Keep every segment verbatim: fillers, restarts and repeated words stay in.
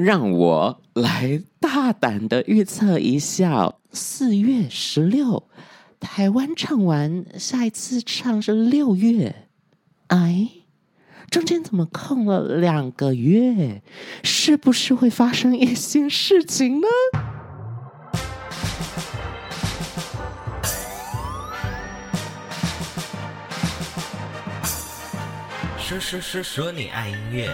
让我来大胆的预测一下，四月十六，台湾唱完，下一次唱是六月。哎，中间怎么空了两个月？是不是会发生一些事情呢？ 说说说说你爱音乐。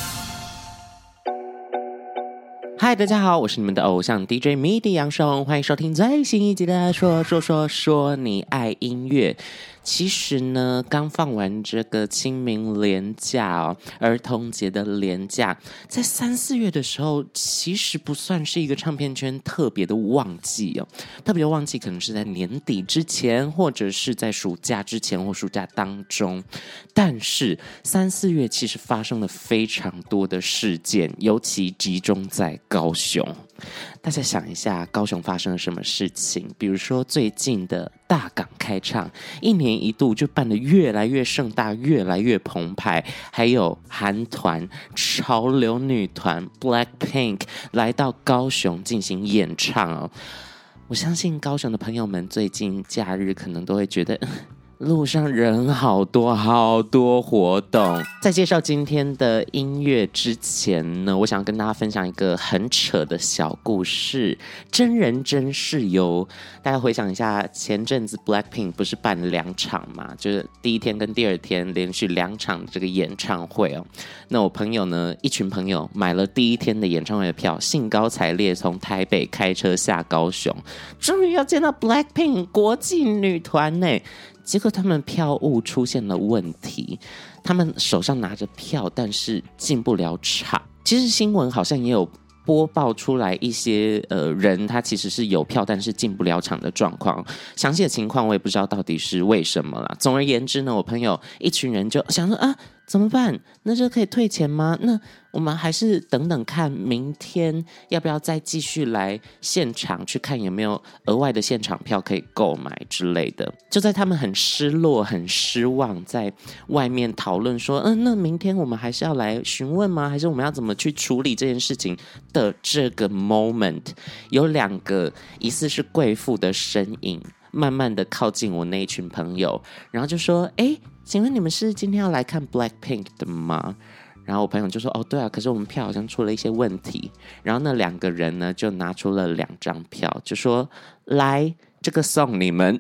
嗨，大家好，我是你们的偶像 D J MIDI 杨松，欢迎收听最新一集的说说说说你爱音乐。其实呢，刚放完这个清明连假哦，儿童节的连假，在三四月的时候，其实不算是一个唱片圈特别的旺季哦。特别的旺季可能是在年底之前，或者是在暑假之前或暑假当中。但是三四月其实发生了非常多的事件，尤其集中在高雄。大家想一下，高雄发生了什么事情？比如说最近的大港开唱，一年一度就办得越来越盛大，越来越澎湃。还有韩团潮流女团 Blackpink 来到高雄进行演唱哦。我相信高雄的朋友们最近假日可能都会觉得路上人好多好多活动。在介绍今天的音乐之前呢，我想跟大家分享一个很扯的小故事，真人真事哟。大家回想一下，前阵子 Blackpink 不是办了两场嘛，就是第一天跟第二天连续两场这个演唱会哦。那我朋友呢，一群朋友买了第一天的演唱会的票，兴高采烈从台北开车下高雄，终于要见到 Blackpink 国际女团呢。结果他们票务出现了问题，他们手上拿着票，但是进不了场。其实新闻好像也有播报出来一些呃人，他其实是有票，但是进不了场的状况。详细的情况我也不知道到底是为什么啦。总而言之呢，我朋友一群人就想说啊，怎么办？那这可以退钱吗？那我们还是等等看明天要不要再继续来现场去看有没有额外的现场票可以购买之类的。就在他们很失落很失望，在外面讨论说嗯，那明天我们还是要来询问吗？还是我们要怎么去处理这件事情的这个 moment， 有两个疑似是贵妇的身影慢慢的靠近我那一群朋友，然后就说诶，请问你们是今天要来看 Blackpink 的吗？然后我朋友就说哦对啊，可是我们票好像出了一些问题。然后那两个人呢就拿出了两张票，就说来，这个送你们。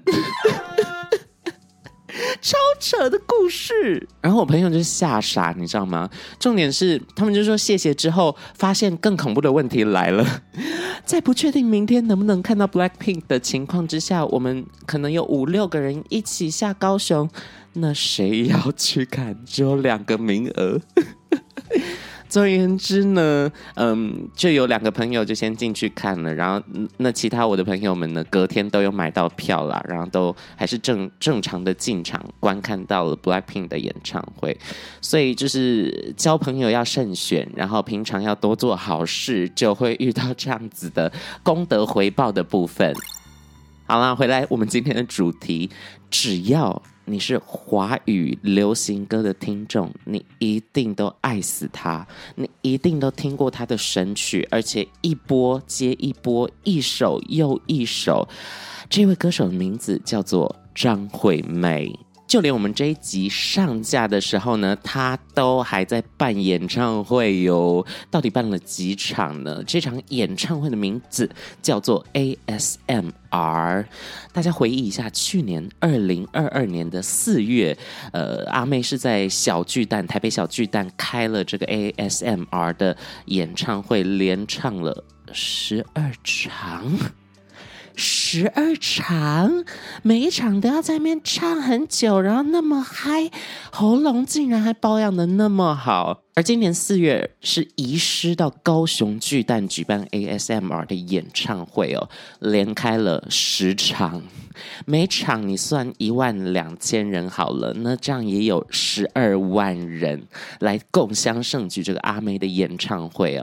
超扯的故事。然后我朋友就吓傻，你知道吗？重点是他们就说谢谢之后，发现更恐怖的问题来了。在不确定明天能不能看到 Blackpink 的情况之下，我们可能有五六个人一起下高雄，那谁要去看？只有两个名额。总而言之呢，嗯，就有两个朋友就先进去看了，然后那其他我的朋友们呢，隔天都有买到票啦，然后都还是正正常的进场观看到了 Blackpink 的演唱会。所以就是交朋友要慎选，然后平常要多做好事，就会遇到这样子的功德回报的部分。好啦，回来我们今天的主题，只要你是华语流行歌的听众，你一定都爱死他，你一定都听过他的神曲，而且一波接一波，一首又一首。这位歌手的名字叫做张惠妹。就连我们这一集上架的时候呢，他都还在办演唱会哟。到底办了几场呢？这场演唱会的名字叫做 A S M R。 大家回忆一下，去年二零二二年的四月，呃，阿妹是在小巨蛋，台北小巨蛋开了这个 A S M R 的演唱会，连唱了十二场。十二场，每一场都要在那边唱很久，然后那么嗨，喉咙竟然还保养的那么好。而今年四月是移师到高雄巨蛋举办 A S M R 的演唱会哦，连开了十场，每场你算一万两千人好了，那这样也有十二万人来共襄盛举这个阿妹的演唱会哦。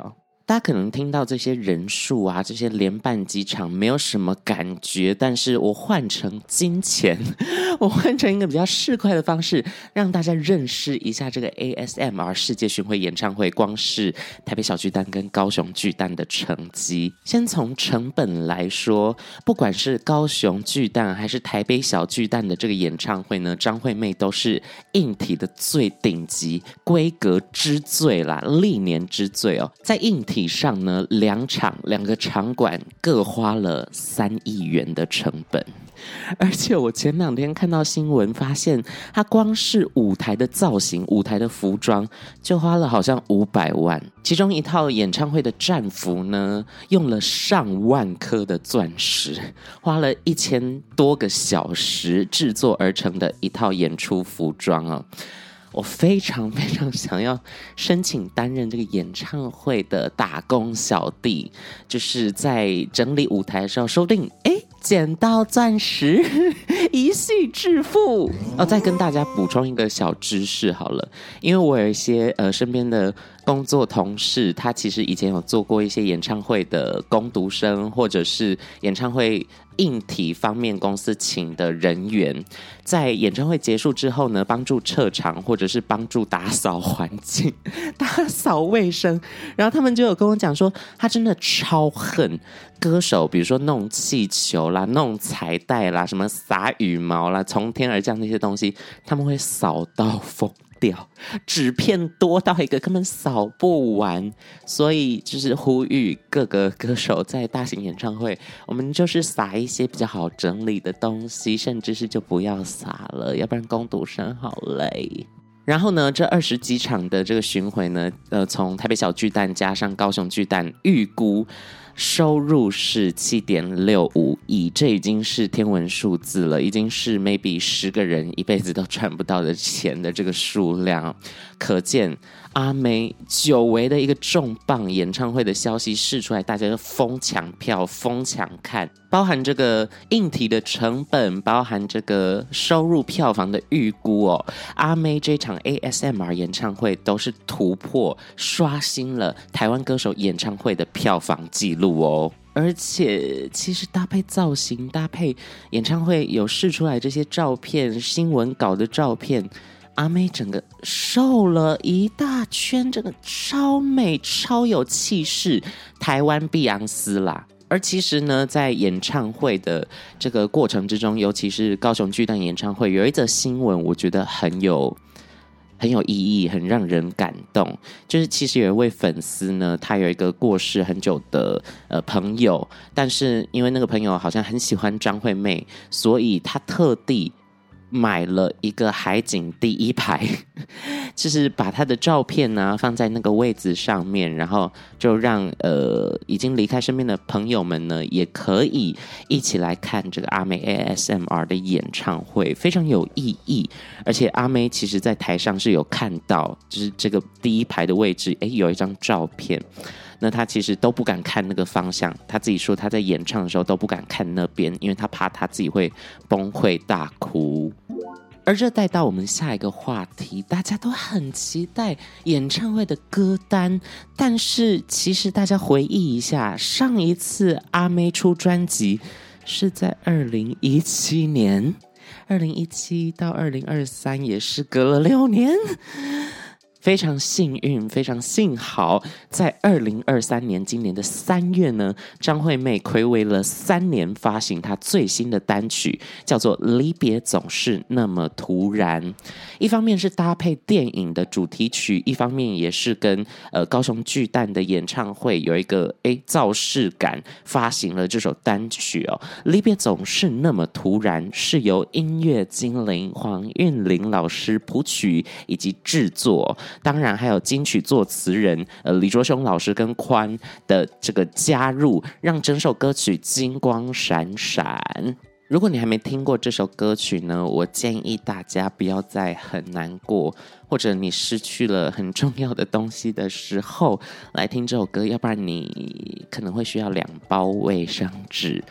大家可能听到这些人数啊，这些联办机场没有什么感觉，但是我换成金钱，我换成一个比较市侩的方式，让大家认识一下这个 A S M R 世界巡回演唱会，光是台北小巨蛋跟高雄巨蛋的成绩。先从成本来说，不管是高雄巨蛋还是台北小巨蛋的这个演唱会呢，张惠妹都是硬体的最顶级，规格之最啦，历年之最哦。在硬体上呢，两场两个场馆各花了三亿元的成本。而且我前两天看到新闻，发现他光是舞台的造型、舞台的服装就花了好像五百万，其中一套演唱会的战服呢，用了上万颗的钻石，花了一千多个小时制作而成的一套演出服装哦。我非常非常想要申请担任这个演唱会的打工小弟，就是在整理舞台的时候，说不定哎捡到钻石，一夕致富。哦，再跟大家补充一个小知识好了，因为我有一些呃身边的工作同事，他其实以前有做过一些演唱会的工读生，或者是演唱会硬体方面公司请的人员，在演唱会结束之后呢，帮助撤场或者是帮助打扫环境、打扫卫生。然后他们就有跟我讲说，他真的超恨歌手，比如说弄气球啦、弄彩带啦、什么撒羽毛啦、从天而降那些东西，他们会扫到疯掉，纸片多到一个根本扫不完。所以就是呼吁各个歌手在大型演唱会，我们就是撒一些比较好整理的东西，甚至是就不要撒了，要不然工读生好累。然后呢，这二十几场的这个巡回呢，呃，从台北小巨蛋加上高雄巨蛋，预估收入是 七点六五亿，这已经是天文数字了，已经是 maybe 十个人一辈子都赚不到的钱的这个数量。可见阿妹久违的一个重磅演唱会的消息释出来，大家就疯抢票、疯抢看，包含这个硬体的成本，包含这个收入票房的预估哦。阿妹这场 A S M R 演唱会都是突破、刷新了台湾歌手演唱会的票房纪录哦。而且其实搭配造型、搭配演唱会有释出来这些照片、新闻稿的照片，阿妹整个瘦了一大圈，整个超美、超有气势，台湾碧昂斯啦。而其实呢，在演唱会的这个过程之中，尤其是高雄巨蛋演唱会，有一则新闻，我觉得很有很有意义，很让人感动。就是其实有一位粉丝呢，他有一个过世很久的呃朋友，但是因为那个朋友好像很喜欢张惠妹，所以他特地买了一个海景第一排，就是把他的照片呢、啊、放在那个位置上面，然后就让呃已经离开身边的朋友们呢也可以一起来看这个阿妹 A S M R 的演唱会，非常有意义。而且阿妹其实在台上是有看到，就是这个第一排的位置，哎，有一张照片。那他其实都不敢看那个方向，他自己说他在演唱的时候都不敢看那边，因为他怕他自己会崩溃大哭。而这带到我们下一个话题，大家都很期待演唱会的歌单，但是其实大家回忆一下，上一次阿妹出专辑是在二零一七年，二零一七到二零二三也是隔了六年。非常幸运，非常幸好，在二零二三年今年的三月呢，张惠妹睽违了三年发行她最新的单曲，叫做《离别总是那么突然》。一方面是搭配电影的主题曲，一方面也是跟呃高雄巨蛋的演唱会有一个诶造势感，发行了这首单曲哦。《离别总是那么突然》是由音乐精灵黄韵玲老师谱曲以及制作。当然还有金曲作词人呃李卓雄老师跟宽的这个加入，让整首歌曲金光闪闪。如果你还没听过这首歌曲呢，我建议大家不要再很难过，或者你失去了很重要的东西的时候来听这首歌，要不然你可能会需要两包卫生纸。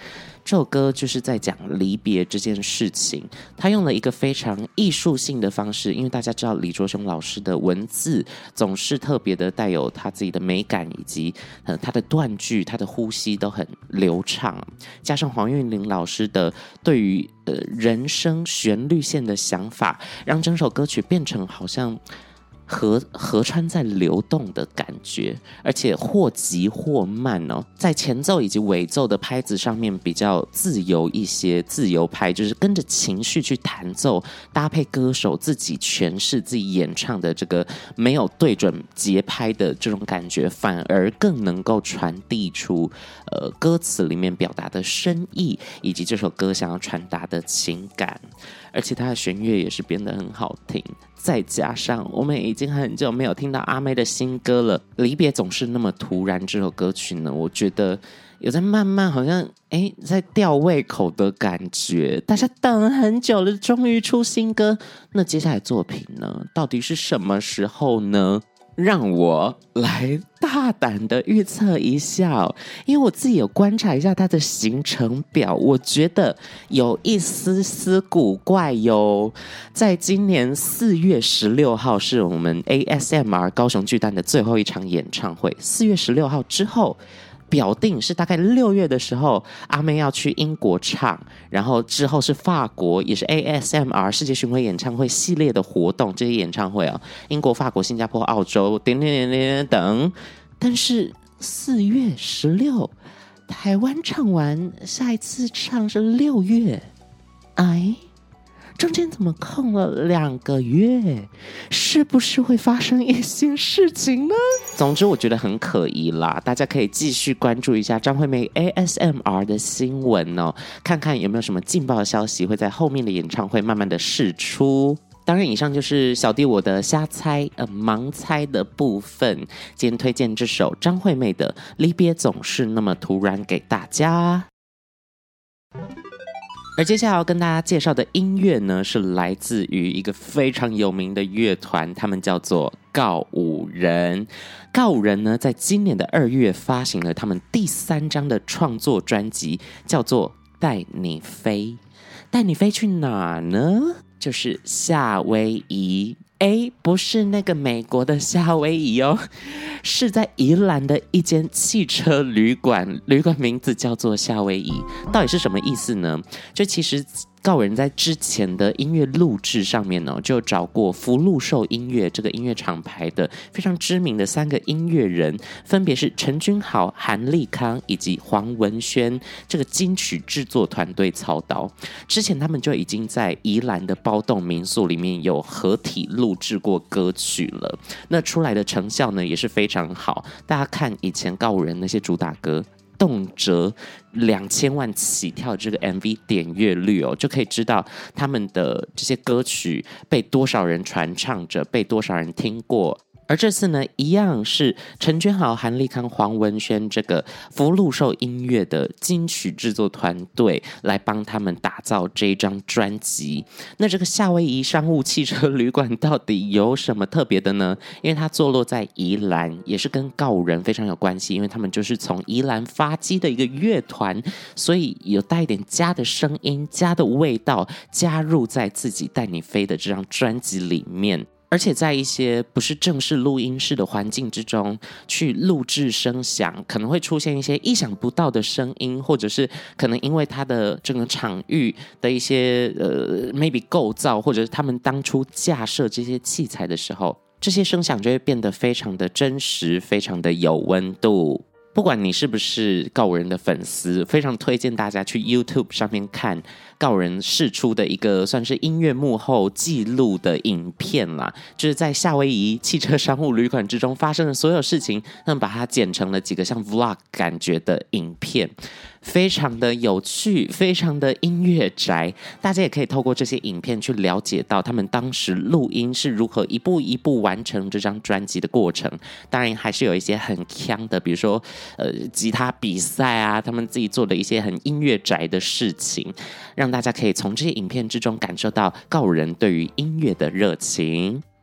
这首歌就是在讲离别这件事情，他用了一个非常艺术性的方式，因为大家知道李卓雄老师的文字总是特别的带有他自己的美感，以及、呃、他的断句、他的呼吸都很流畅，加上黄韵玲老师的对于、呃、人声旋律线的想法，让整首歌曲变成好像河河川在流动的感觉，而且或急或慢哦，在前奏以及尾奏的拍子上面比较自由一些，自由拍就是跟着情绪去弹奏，搭配歌手自己诠释自己演唱的这个没有对准节拍的这种感觉，反而更能够传递出呃歌词里面表达的深意，以及这首歌想要传达的情感。而且它的弦乐也是变得很好听，再加上我们已经很久没有听到阿妹的新歌了，离别总是那么突然，这首歌曲呢，我觉得有在慢慢好像哎在吊胃口的感觉，大家等了很久了，终于出新歌，那接下来作品呢，到底是什么时候呢？让我来大胆的预测一下，因为我自己有观察一下他的行程表，我觉得有一丝丝古怪哟。在今年四月十六号是我们 A S M R 高雄巨蛋的最后一场演唱会，四月十六号之后表定是大概六月的时候，阿妹要去英国唱，然后之后是法国，也是 A S M R 世界巡回演唱会系列的活动，这些演唱会啊，英国、法国、新加坡、澳洲，点点点点等。但是四月十六，台湾唱完，下一次唱是六月，哎。中间怎么空了两个月？是不是会发生一些事情呢？总之我觉得很可疑啦，大家可以继续关注一下张惠妹 A S M R 的新闻哦，看看有没有什么劲爆的消息会在后面的演唱会慢慢的释出。当然以上就是小弟我的瞎猜呃盲猜的部分，今天推荐这首张惠妹的离别总是那么突然给大家。而接下来要跟大家介绍的音乐呢，是来自于一个非常有名的乐团，他们叫做告五人。告五人呢，在今年的二月发行了他们第三张的创作专辑，叫做《带你飞》。带你飞去哪呢？就是夏威夷。哎，不是那个美国的夏威夷哦，是在宜兰的一间汽车旅馆，旅馆名字叫做夏威夷。到底是什么意思呢？就其实告五人在之前的音乐录制上面呢、哦，就找过福禄寿音乐这个音乐厂牌的非常知名的三个音乐人，分别是陈君豪、韩立康以及黄文轩这个金曲制作团队操刀。之前他们就已经在宜兰的包栋民宿里面有合体录制过歌曲了，那出来的成效呢也是非常好。大家看以前告五人那些主打歌，动辄两千万起跳这个 M V 点阅率哦，就可以知道他们的这些歌曲被多少人传唱着，被多少人听过。而这次呢，一样是陈君豪、韩立康、黄文轩这个福禄寿音乐的金曲制作团队来帮他们打造这一张专辑。那这个夏威夷商务汽车旅馆到底有什么特别的呢？因为它坐落在宜兰，也是跟告五人非常有关系，因为他们就是从宜兰发迹的一个乐团，所以有带一点家的声音、家的味道加入在自己带你飞的这张专辑里面。而且在一些不是正式录音室的环境之中去录制声响，可能会出现一些意想不到的声音，或者是可能因为它的整个场域的一些呃 maybe 构造，或者是他们当初架设这些器材的时候，这些声响就会变得非常的真实，非常的有温度。不管你是不是告五人的粉丝，非常推荐大家去 YouTube 上面看告五人释出的一个算是音乐幕后记录的影片啦，就是在夏威夷汽车商务旅馆之中发生的所有事情，他们把它剪成了几个像 vlog 感觉的影片，非常的有趣，非常的音乐宅。大家也可以透过这些影片去了解到他们当时录音是如何一步一步完成这张专辑的过程。当然还是有一些很强的，比如说呃吉他比赛啊，他们自己做的一些很音乐宅的事情，让大家可以从这些影片之中感受到告五人对于音乐的热情。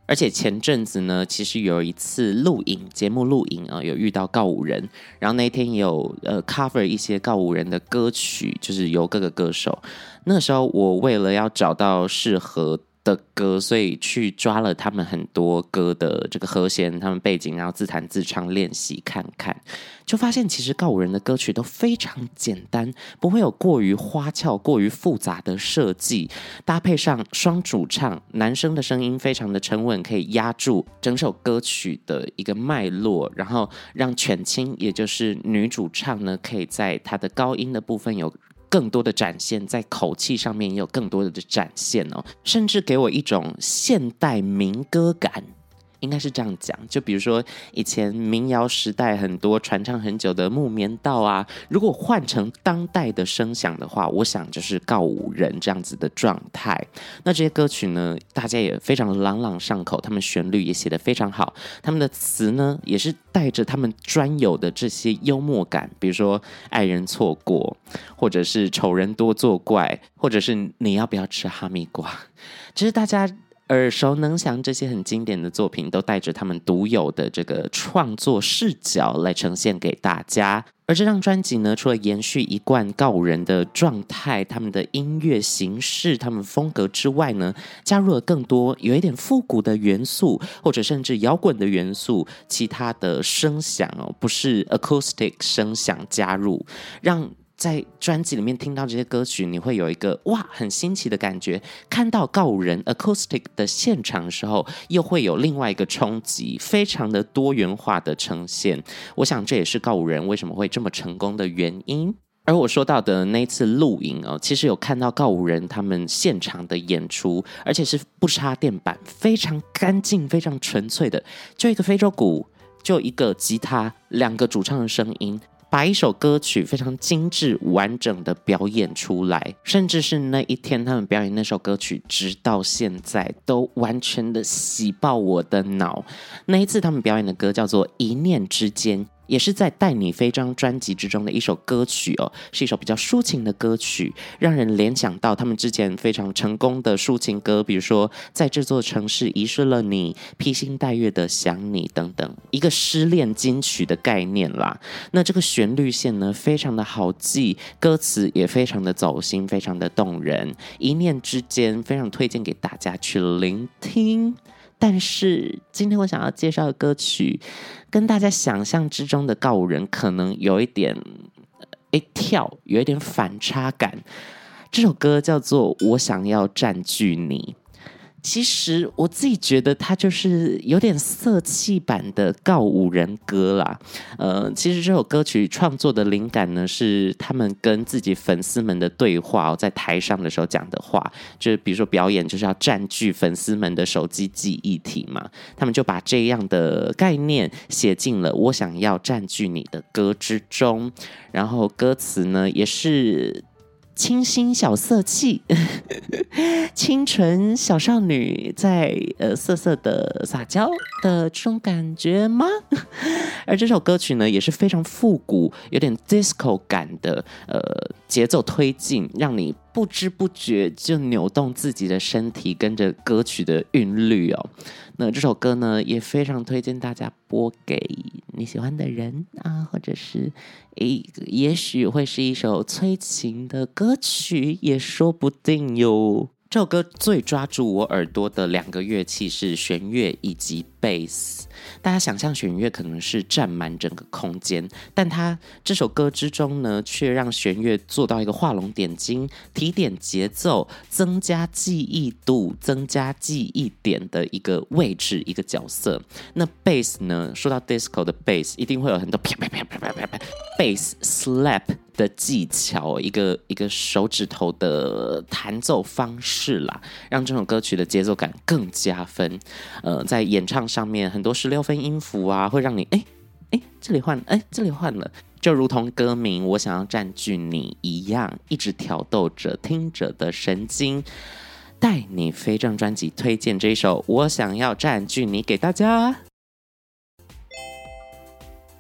而且前阵子呢，其实有一次录影节目录影啊，有遇到告五人，然后那一天也有呃 cover 一些告五人的歌曲，就是由各个歌手。那时候我为了要找到适合的歌，所以去抓了他们很多歌的这个和弦，他们背景，然后自弹自唱练习看看，就发现其实告五人的歌曲都非常简单，不会有过于花俏、过于复杂的设计，搭配上双主唱，男生的声音非常的沉稳，可以压住整首歌曲的一个脉络，然后让犬青，也就是女主唱呢，可以在她的高音的部分有更多的展现，在口气上面也有更多的展现哦，甚至给我一种现代民歌感，应该是这样讲。就比如说以前民谣时代很多传唱很久的木棉道啊，如果换成当代的声响的话，我想就是告五人这样子的状态。那这些歌曲呢，大家也非常朗朗上口，他们旋律也写得非常好，他们的词呢也是带着他们专有的这些幽默感，比如说爱人错过，或者是丑人多作怪，或者是你要不要吃哈密瓜，就是大家耳熟能详，这些很经典的作品都带着他们独有的这个创作视角来呈现给大家。而这张专辑呢，除了延续一贯告五人的状态，他们的音乐形式、他们风格之外呢，加入了更多有一点复古的元素，或者甚至摇滚的元素，其他的声响哦，不是 acoustic 声响加入，让在专辑里面听到这些歌曲，你会有一个哇很新奇的感觉。看到告五人 acoustic 的现场的时候，又会有另外一个冲击，非常的多元化的呈现。我想这也是告五人为什么会这么成功的原因。而我说到的那一次录影哦，其实有看到告五人他们现场的演出，而且是不插电板，非常干净、非常纯粹的，就一个非洲鼓，就一个吉他，两个主唱的声音，把一首歌曲非常精致完整的表演出来，甚至是那一天他们表演那首歌曲直到现在都完全的洗爆我的脑。那一次他们表演的歌叫做一念之间，也是在带你飞这张专辑之中的一首歌曲哦，是一首比较抒情的歌曲，让人联想到他们之前非常成功的抒情歌，比如说在这座城市遗失了你，披星戴月的想你等等，一个失恋金曲的概念啦。那这个旋律线呢非常的好记，歌词也非常的走心，非常的动人，一念之间非常推荐给大家去聆听。但是今天我想要介绍的歌曲跟大家想象之中的告五人可能有一点一跳，有一点反差感。这首歌叫做我想要占据你，其实我自己觉得它就是有点色气版的告五人歌啦。呃，其实这首歌曲创作的灵感呢，是他们跟自己粉丝们的对话哦，在台上的时候讲的话，就是比如说表演就是要占据粉丝们的手机记忆体嘛，他们就把这样的概念写进了我想要占据你的歌之中，然后歌词呢也是清新小色气清纯小少女在呃色色的撒娇的这种感觉吗？而这首歌曲呢也是非常复古，有点 disco 感的呃节奏推进，让你不知不觉就扭动自己的身体，跟着歌曲的韵律哦。那这首歌呢也非常推荐大家播给你喜欢的人啊，或者是诶也许会是一首催情的歌曲也说不定哟。这首歌最抓住我耳朵的两个乐器是弦乐以及贝斯。大家想象弦乐可能是占满整个空间，但它这首歌之中呢，却让弦乐做到一个画龙点睛、提点节奏、增加记忆度、增加记忆点的一个位置、一个角色。那贝斯呢，说到 disco 的贝斯，一定会有很多啪啪啪啪啪啪啪贝斯 slap的技巧，一个一个手指头的弹奏方式啦，让这首歌曲的节奏感更加分。呃，在演唱上面很多十六分音符啊，会让你哎哎这里换哎这里换了，就如同歌名我想要占据你一样，一直挑逗着听者的神经。带你飞这张专辑推荐这一首我想要占据你给大家。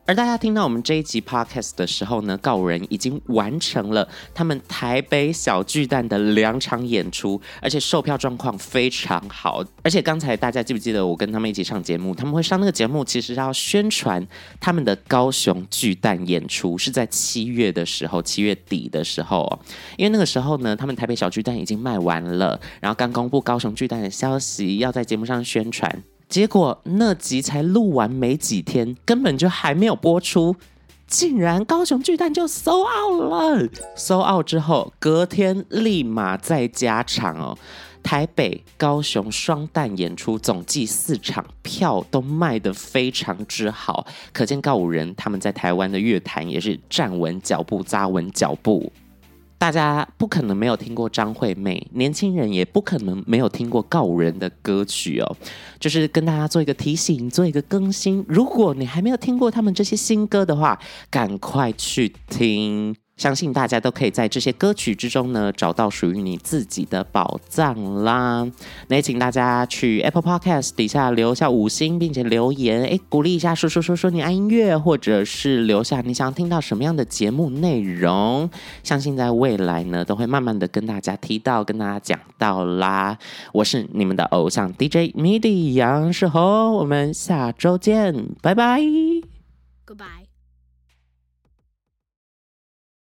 而大家听到我们这一集 podcast 的时候呢，告五人已经完成了他们台北小巨蛋的两场演出，而且售票状况非常好。而且刚才大家记不记得我跟他们一起上节目，他们会上那个节目其实要宣传他们的高雄巨蛋演出，是在七月的时候，七月底的时候、哦、因为那个时候呢，他们台北小巨蛋已经卖完了，然后刚公布高雄巨蛋的消息，要在节目上宣传。结果那集才录完没几天，根本就还没有播出，竟然高雄巨蛋就 sold out 了。sold out 之后，隔天立马再加场哦。台北、高雄双蛋演出总计四场，票都卖得非常之好，可见告五人他们在台湾的乐坛也是站稳脚步、扎稳脚步。大家不可能没有听过张惠妹，年轻人也不可能没有听过告五人的歌曲哦。就是跟大家做一个提醒，做一个更新。如果你还没有听过他们这些新歌的话，赶快去听。相信大家都可以在这些歌曲之中呢，找到属于你自己的宝藏啦。那也请大家去 Apple Podcast 底下留下五星，并且留言，哎，鼓励一下，说说说说你爱音乐，或者是留下你想听到什么样的节目内容。相信在未来呢，都会慢慢的跟大家提到，跟大家讲到啦。我是你们的偶像 D J M I D I 杨世宏，我们下周见，拜拜 Goodbye